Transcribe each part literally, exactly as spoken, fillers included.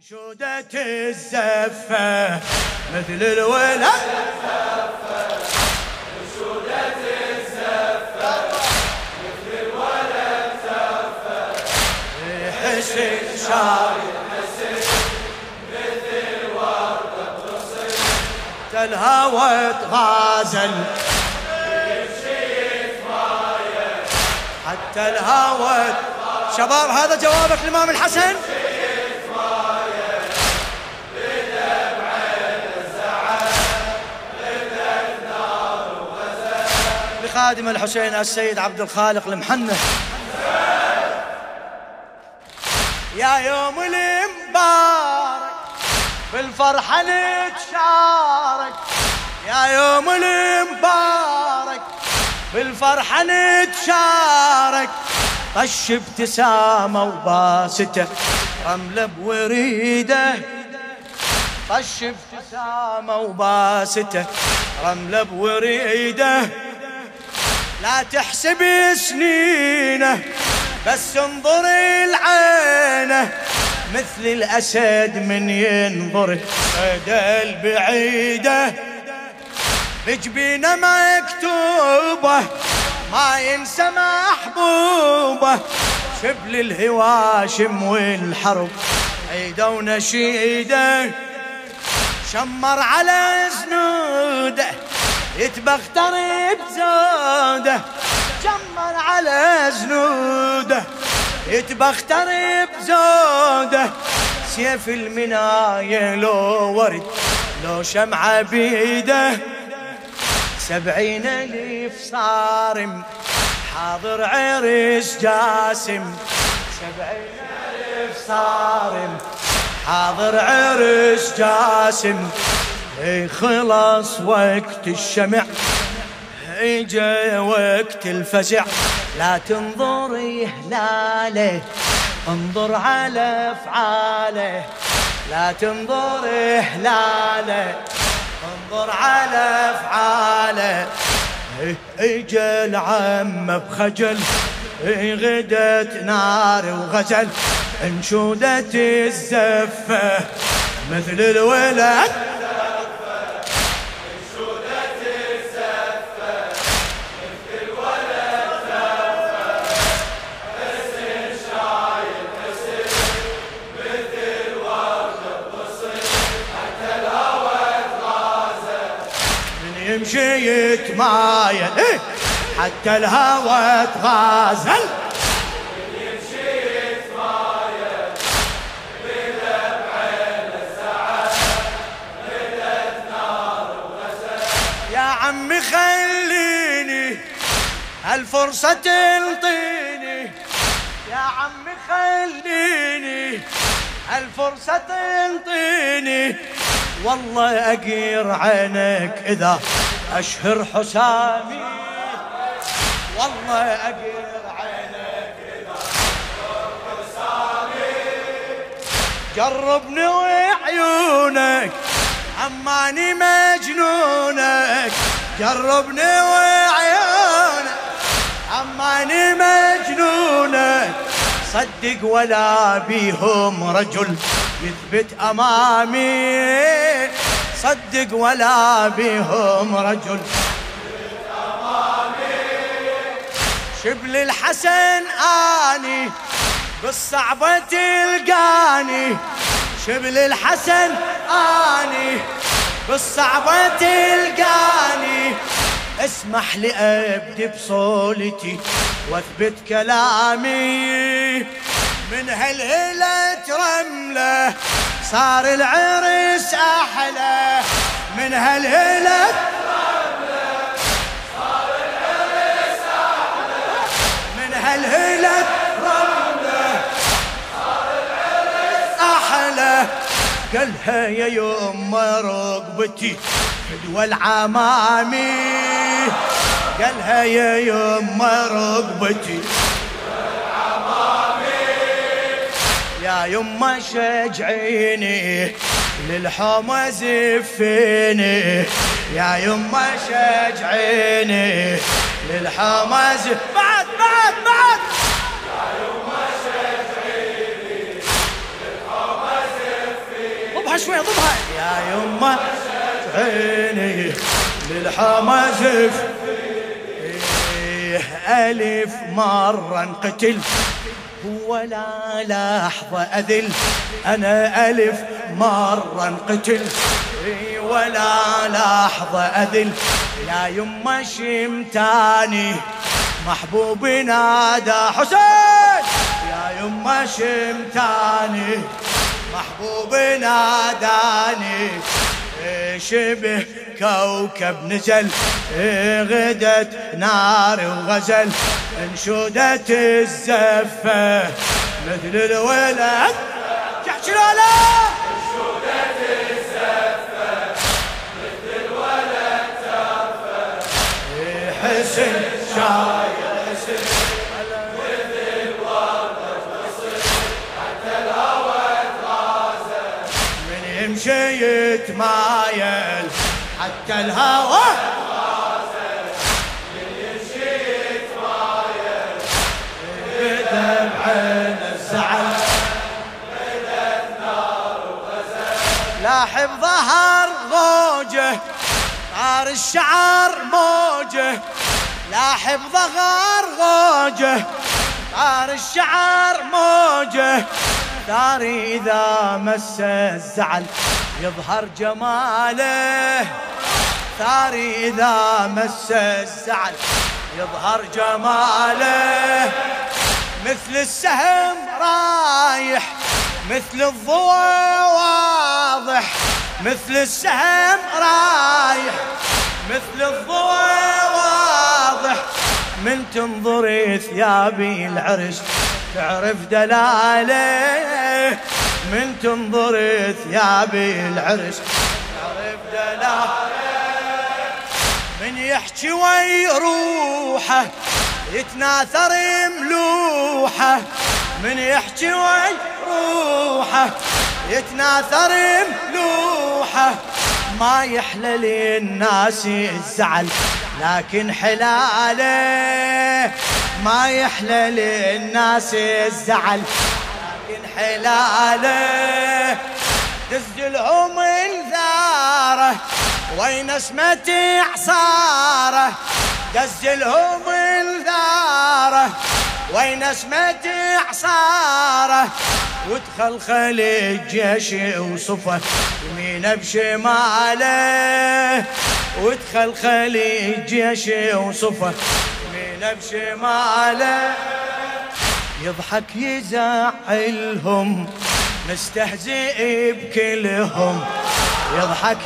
شودة الزفة مثل الولد شودة الزفة مثل الولد زفة حسين شايل حسين مثل وردة بتصل حتى الهوى تغازل حتى الهوى. شباب هذا جوابك الإمام الحسن. لخادم الحسين السيد عبد الخالق المحنة. يا يوم المبارك بالفرحة نتشارك، يا يوم المبارك بالفرحة نتشارك، طش ابتسامة وباسته رملة بوريده، طش ابتسامة وباسته رملة بوريده. لا تحسب سنينه بس انظر العينه، مثل الأسد من ينظر صيده البعيده. بجبينه مكتوبه ما ينسى محبوبه، شبل الهواشم والحرب عيده ونشيده. شمر على زنوده يتبختر بزوده، شمر على زنوده يتبختر بزوده. سيف المناية لو ورد لو شمعة بيده، سبعين ألف صارم حاضر عرس جاسم، سبعين ألف صارم حاضر عرس جاسم. اي خلص وقت الشمع اجا وقت الفزع، لا تنظر هلاله انظر على افعاله، لا تنظر هلاله انظر على افعاله. اجا العم بخجل غدت نار وغزل، انشودة الزفة مثل الولد يمشي يتمايل إيه؟ حتى الهوى تغازل يمشي يتمايل بدا بعين السعد بدت نار وغزل. يا عمي خليني هالفرصة تنطيني، يا عمي خليني هالفرصة تنطيني، والله أقير عينك إذا أشهر حسامي، والله أقير عينك إذا أشهر حسامي. جربني وعيونك عماني مجنونك، جربني وعيونك عماني مجنونك. صدق ولا بيهم رجل يثبت أمامي، صدق ولا بيهم رجل يثبت أمامي. شبل الحسن آني بالصعبة تلقاني، شبل الحسن آني بالصعبة تلقاني. اسمح لي أبدي بصولتي واثبت كلامي، من هالهلة رملة صار العرس أحلى، من هالهلة رملة صار العرس أحلى، من هالهلة رملة صار العرس أحلى. قالها يا يما رقبتي فدوى العمامي، قالها يا يما رقبتي يا يما شجعيني للحومة زفيني، يا يما شجعيني للحومة زفيني. بعد بعد بعد يا يما شجعيني للحومة زفيني. ضمها شوي ضمها. يا يمه عيني للحما زف ألف مرة انقتل ولا لحظة أذل. أنا ألف مرة انقتل ولا لحظة أذل. يا يمه شمتاني محبوبي نادى حسين. يا يمه شمتاني محبوبي ناداني. شبه كوكب نزل غدت نار وغزل. انشودت الزفة مثل الولد تحكي لا لا. انشودت الزفة مثل الولد زفة. حسن شايل حسن مثل وردة تصل حتى الهوى تغازل. من يمشي يتمايل حتى الهوى غازل. من يمشي يتمايل بدا بعين الزعل. بدت نار وغزل. لاحب ظهر غوجه طار الشعر موجه. لاحب ظهر غوجه طار الشعر موجه. ثاري إذا مس الزعل يظهر جماله. ثاري إذا مس الزعل يظهر جماله. مثل السهم رايح مثل الضوء واضح. مثل السهم رايح مثل الضوء واضح. من تنظري ثيابي العرش تعرف دلاله. من تنظري ثيابي العرش تعرف دلاله. من يحكي ويروحه يتناثر ملوحه. من يحكي ويروحه يتناثر ملوحه. ما يحلى للناس الزعل لكن حلاله. ما يحلى للناس الزعل لكن حلاله. دز لهم الثاره وين اسمة اعصاره. دز لهم الثاره وين اسمة اعصاره. ودخل خلي الجيش وصفه يمينه بشماله. ودخل خلي الجيش وصفه يمينه بشماله. يضحك يزعلهم مستهزئ بكلهم. يضحك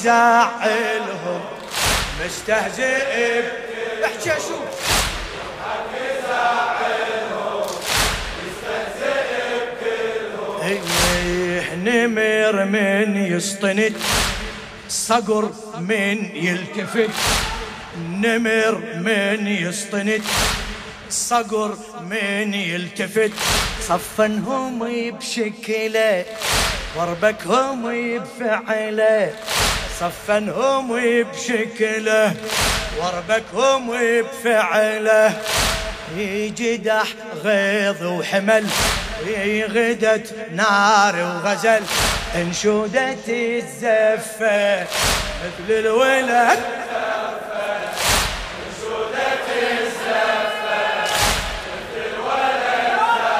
يزعلهم مستهزئ. احكي شو يضحك يزعلهم مستهزئ بكلهم. نمر من يسطند صقر من يلتفت. نمر من يسطند صقر من يلتفت. صفنهم بشكله وربكهم بفعله. صفنهم بشكله وربكهم بفعله. يجدح غيظ وحمل غدت نار وغزل. انشودت الزفة مثل الولد. انشودت الزفة مثل الولد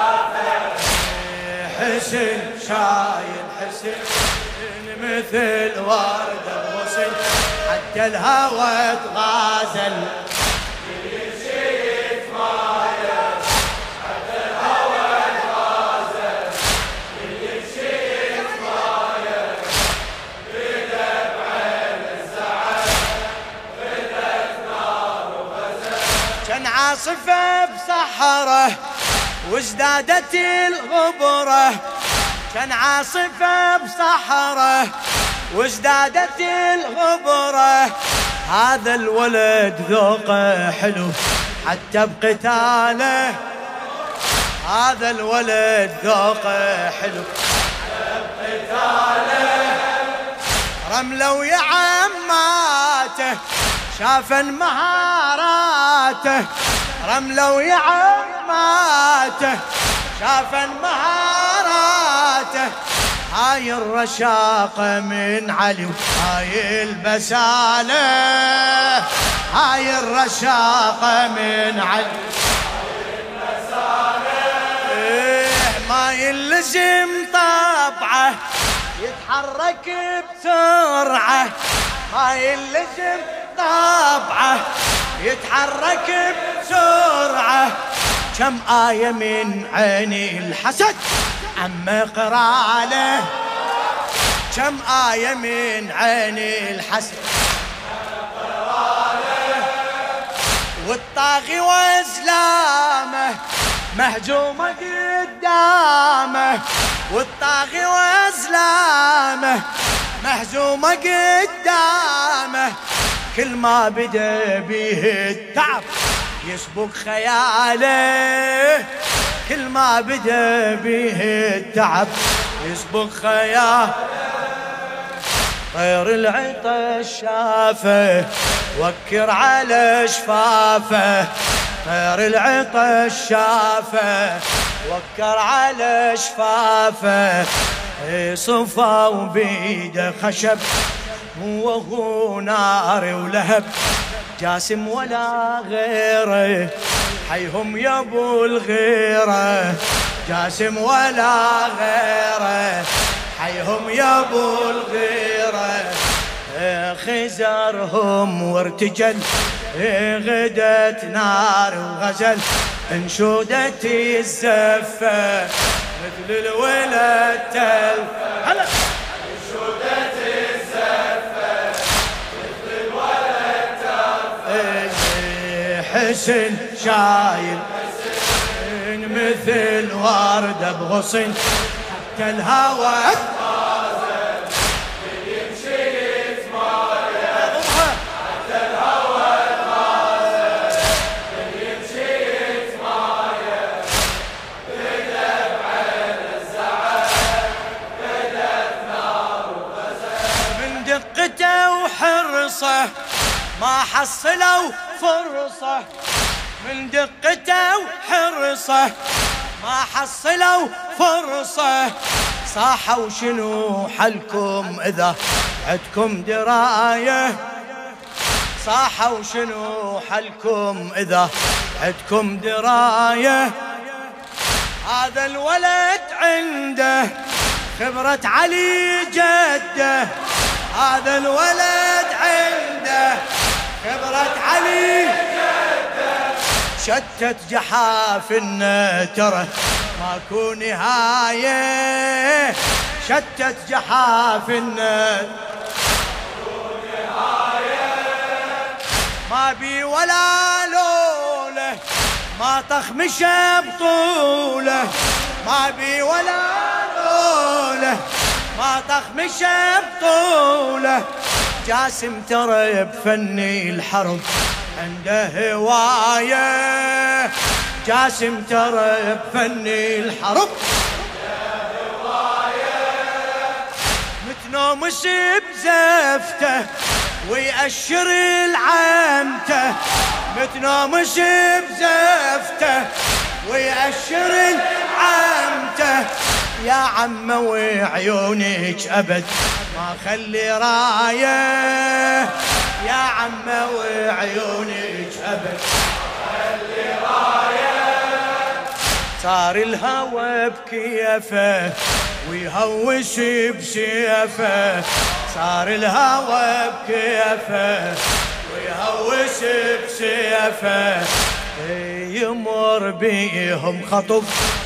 زفة. حسن شايل حسن مثل وردة غصن حتى الهوى تغازل. كان عاصفة بصحراء وازدادت الغبرة. كان عاصفة بصحراء وازدادت الغبرة. هذا الولد ذوقه حلو حتى بقتاله. هذا الولد ذوقه حلو حتى بقتاله. رملة ويا عماته شافن مهاراته. رملة ويا عماته شافن مهاراته. هاي الرشاقة من علي وهاي البسالة، هاي الرشاقة من علي إيه ما يلزم طبعه يتحرك بسرعة، ما يلزم طبعه يتحرك بسرعة. كم آية من عيني الحسد عم قراله، كم آية من عيني الحسد والطاغي وازلامه مهجومة قدامه، والطاغي وازلامه مهزومة قدامه. كل ما بدا بيه التعب يسبق خياله، كل ما بدا بيه التعب يسبق خياله. طير العطش شافه وكر على شفافه، طير العطش شافه وكر على شفافه. صفا وبيده خشب وهو نار ولهب، جاسم ولا غيره حيهم يا ابو الغيره، جاسم ولا غيره حيهم يا ابو الغيره. خزرهم وارتجل غدت نار وغزل، انشودتي الزفه مثل الولد تل هلا، انشودتي الزفه مثل الولد تل. حسن شايل مثل وردة بغصن، حتى الهوى ما حصلوا فرصة، من دقته وحرصه ما حصلوا فرصة. صاحوا شنو حلكم إذا عدكم دراية، صاحوا شنو حلكم إذا عدكم دراية. هذا الولد عنده خبرة علي جده، هذا الولد عنده خبرة علي جده. شتت جحافلنا ترى ماكو نهاية، شتت جحافلنا ماكو نهاية. ما بي ولا لوله ما طخمش بطوله، ما بي ولا لوله ما طخمش بطوله. جاسم ترى بفني الحرب عنده هواية، جاسم ترى بفني الحرب عنده هواية. متنومس بزفته ويأشر العمته، متنومس بزفته ويأشر العمته. يا عم وعيونك أبد ما خلي راية، يا عم وعيونك أبد ما خلي راية. صار الهوى بكيفه ويهوش بسيفه، صار الهوى بكيفه ويهوش بسيفه. يمر بيهم خطف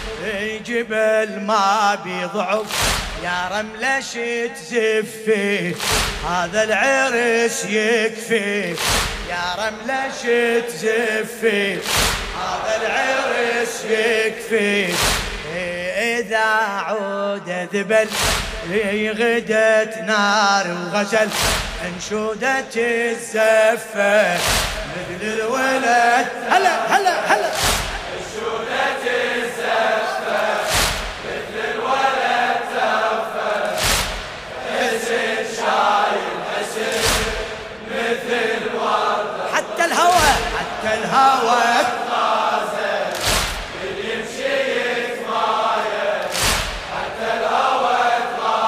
جبل ما بيضعف، يا رملة شتزفي هذا العرس يكفي، يا رملة شتزفي هذا العرس يكفي. إذا عود ذبل غدت نار وغزل، انشودت الزفة مثل الولد هلا هلا هلا. انشودت الزفة مثل الولد تفة، حسن شايل حسن مثل وردة. حتى الهوى حتى الهوى اللي يمشي يتمايل، حتى الهوى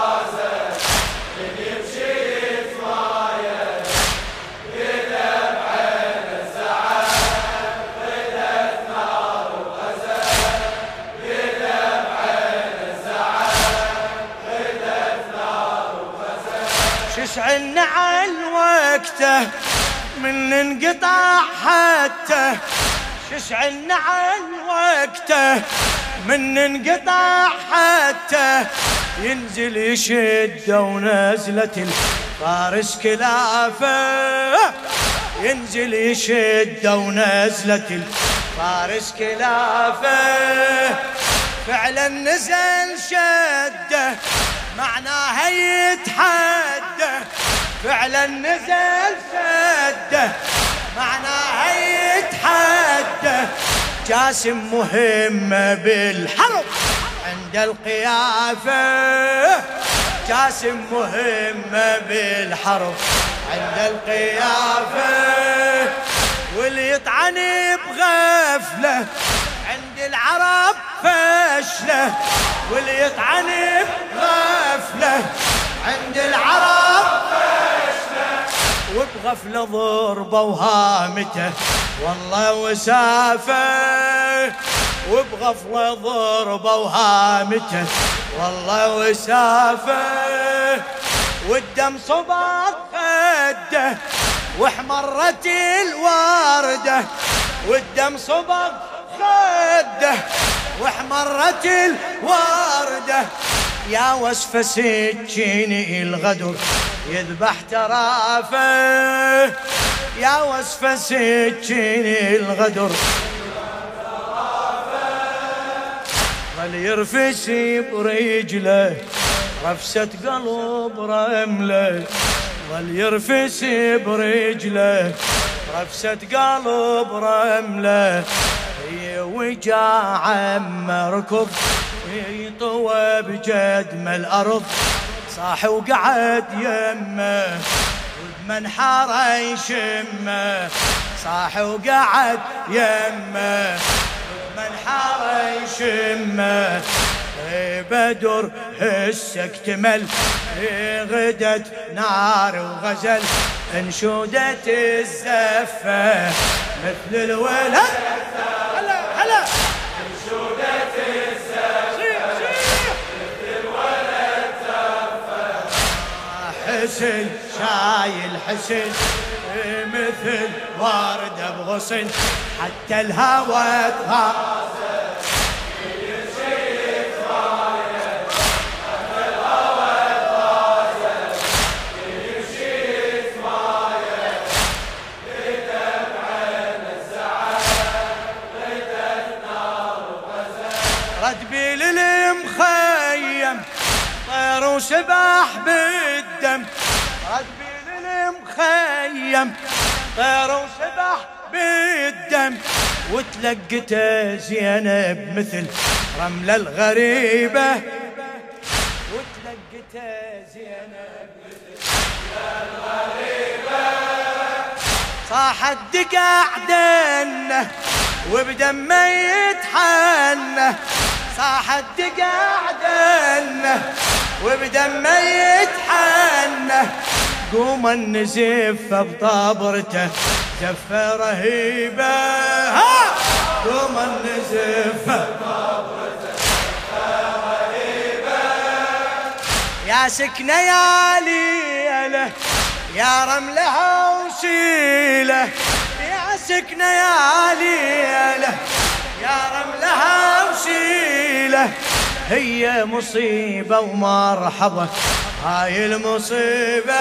تشعل نعل وقته من انقطع حتى تشعل نعل وقته من انقطع حتى ينزل يشد ونزلة الفارس كلافه ينزل يشد ونزلة الفارس كلافه فعلا نزل شده معناها يتحدى فعلا نزل شده معناها يتحدى جاسم مهمة بالحرب عند القيافة جاسم مهمة بالحرب عند القيافة واللي يطعن بغفلة عند العرب فشله واللي يطعن بغفلة عند العرب فشله وبغفلة ضربة وهامته والله وسافه وبغفلة ضربة وهامته والله وسافه والدم صبغ خده واحمرت الوردة والدم صبغ خده واحمرت الوردة يا وصف سكيني الغدر يذبح ترافه يا وصف سكيني الغدر ظل يرفس برجله رفسة قلب رمله ظل يرفس برجله رفسة قلب رمله وجاع مركض يطوى بجدم الأرض صاح وقعد يمه وبمنحاره يشمه صاح وقعد يمه وبمنحاره يشمه بدر هسه اكتمل غدت نار وغزل انشودت الزفه مثل الولد هلا هلا انشودت الزفه مثل الولد زفه حسن شايل حسن مثل ورده بغصن حتى الهوى تغازل ردبيل المخيم طير وسبح بالدم ردبيل المخيم طير وسبح بالدم وتلقته زينب مثل رملة الغريبة وتلقته زينب مثل رملة الغريبة صاحت دقع دنه وبدمه يتحنى صاحت دقع دنه وبدمه يتحنى قوم النزف بطابرته زفه رهيبه قوم النزف بطابرته زفه رهيبه يا سكنه يا ليله يا رملها وسيله يا سكنه يا ليله يا رملها وسيله هي مصيبه ومرحبا هاي المصيبه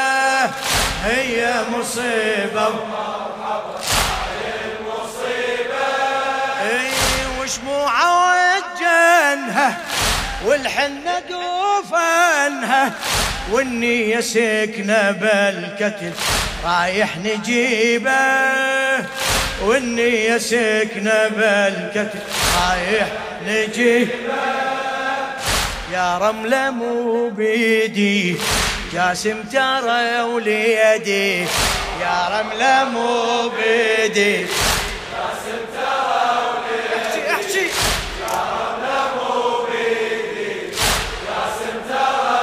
هي مصيبه ومرحبا هاي المصيبه اي وشموعه وجنها والحنه دوفنها والنية سكنة بالكتل رايح نجيبه والنية سكنة بالكتل رايح نجيبه يا رملة مو بيدي جاسم ترى وليدي يا رملة مو بيدي جاسم ترى وليدي احكي احكي يا رملة مو بيدي جاسم ترى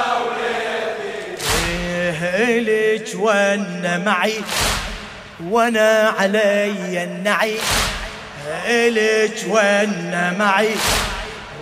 وليدي لك وانا معي وانا علي النعي لك وانا معي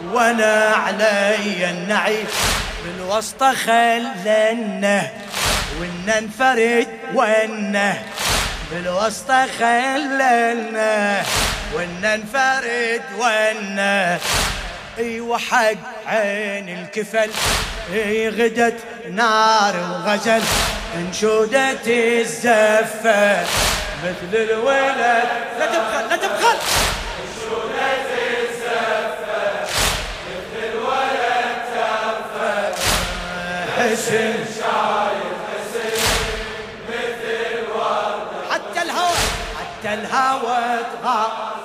وانا علي النعي بالوسطى خلنا وإن نفرد وإن بالوسطى خللنا، وإن نفرد وإن ايوه حق عين الكفل، اي غدت نار وغزل انشودة الزفة مثل الولد. لا تبخل لا تبخل. انشودة الزفة مثل الولد تغفى، حسن شايف حسن مثل الوردة، حتى الهوى حتى الهوى تغار